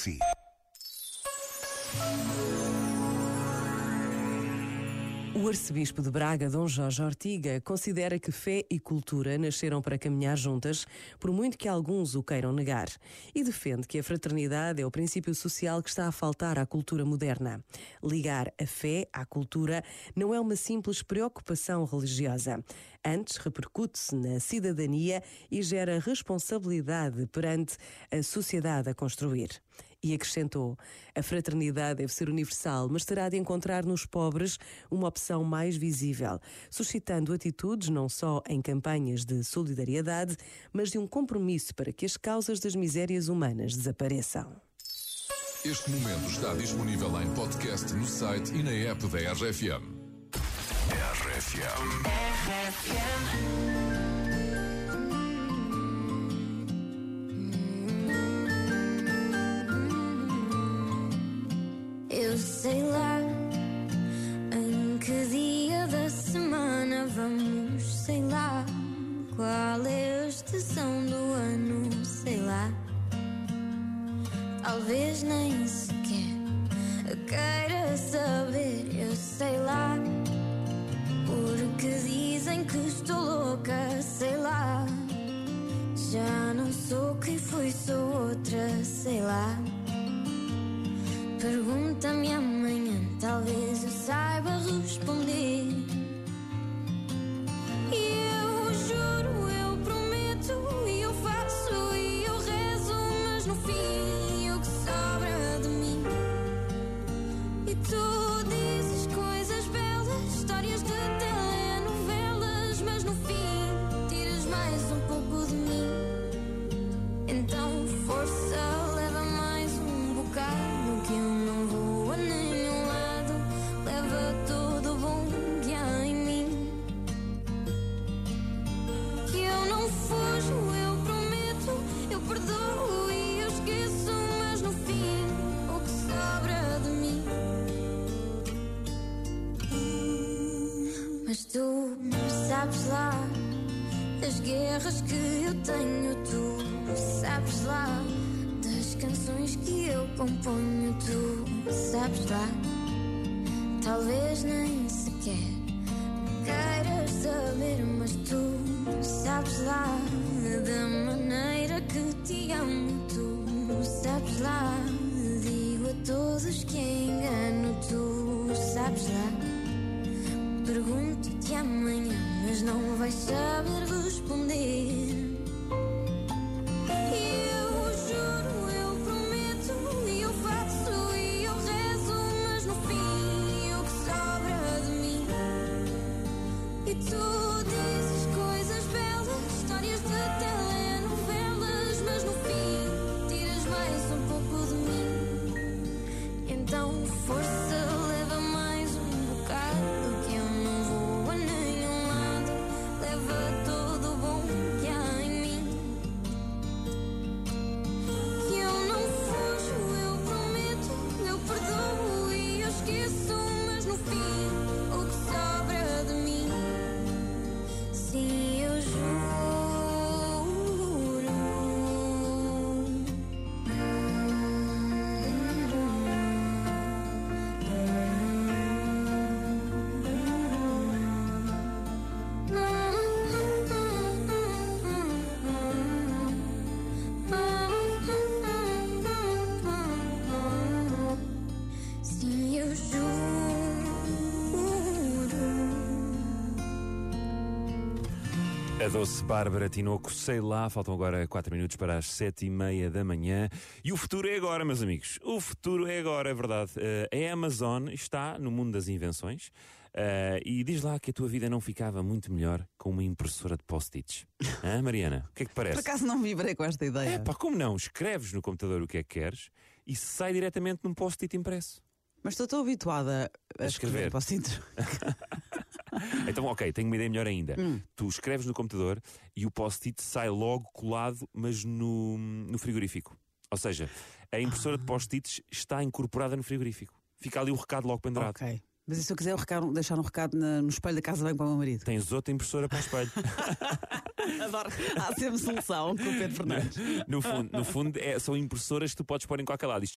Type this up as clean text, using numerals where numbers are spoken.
si. O arcebispo de Braga, Dom Jorge Ortiga, considera que fé e cultura nasceram para caminhar juntas, por muito que alguns o queiram negar, e defende que a fraternidade é o princípio social que está a faltar à cultura moderna. Ligar a fé à cultura não é uma simples preocupação religiosa. Antes, repercute-se na cidadania e gera responsabilidade perante a sociedade a construir. E acrescentou: a fraternidade deve ser universal, mas terá de encontrar nos pobres uma opção mais visível, suscitando atitudes não só em campanhas de solidariedade, mas de um compromisso para que as causas das misérias humanas desapareçam. Este momento está disponível em podcast no site e na app da RFM. RFM. Eu sei lá em que dia da semana vamos, sei lá qual é a estação do ano, sei lá. Talvez nem sequer queira saber, eu sei lá, porque dizem que estou louca, sei lá. Já não sou quem fui, sou outra, sei lá. Pergunta-me amanhã, talvez eu saiba responder. E eu juro, eu prometo, e eu faço, e eu rezo, mas no fim o que sobra de mim. E tu dizes coisas belas, histórias de telenovelas, mas no fim tiras mais um pouco de mim. Então força, leva mais um bocado, que eu não vou a nenhum lado. Leva todo o bom que há em mim, que eu não fujo, eu prometo, eu perdoo e eu esqueço, mas no fim o que sobra de mim. Mas tu sabes lá das guerras que eu tenho, tu sabes lá das canções que eu componho, tu sabes lá. Talvez nem sequer queiras saber, mas tu sabes lá da maneira que te amo, tu sabes lá. Digo a todos que engano, tu sabes lá. Pergunto-te amanhã, mas não vais saber responder. E tu dizes coisas belas, histórias de telenovelas, mas no fim tiras mais um pouco de mim. Então força, leva mais um bocado, que eu não vou a nenhum lado. Leva todo o bom que há em mim, que eu não fujo, eu prometo, eu perdoo e eu esqueço, mas no fim o que sobra de mim. Sim, eu juro. Sim, eu juro. A doce Bárbara Tinoco, sei lá, faltam agora 4 minutos para as 7h30 da manhã. E o futuro é agora, meus amigos. O futuro é agora, é verdade. A Amazon está no mundo das invenções e diz lá que a tua vida não ficava muito melhor com uma impressora de post-its. Hã, Mariana? O que é que parece? Por acaso não vibrei com esta ideia. É pá, como não? Escreves no computador o que é que queres e sai diretamente num post-it impresso. Mas estou tão habituada a escrever. escrever post-its. Então, ok, tenho uma ideia melhor ainda. Tu escreves no computador e o post-it sai logo colado, mas no frigorífico. Ou seja, a impressora de post-its está incorporada no frigorífico. Fica ali o recado logo pendurado. Ok. Mas e se eu quiser deixar um recado no espelho da casa de banho para o meu marido? Tens outra impressora para o espelho. Adoro. Há sempre solução com o Pedro Fernandes. No fundo são impressoras que tu podes pôr em qualquer lado. Isto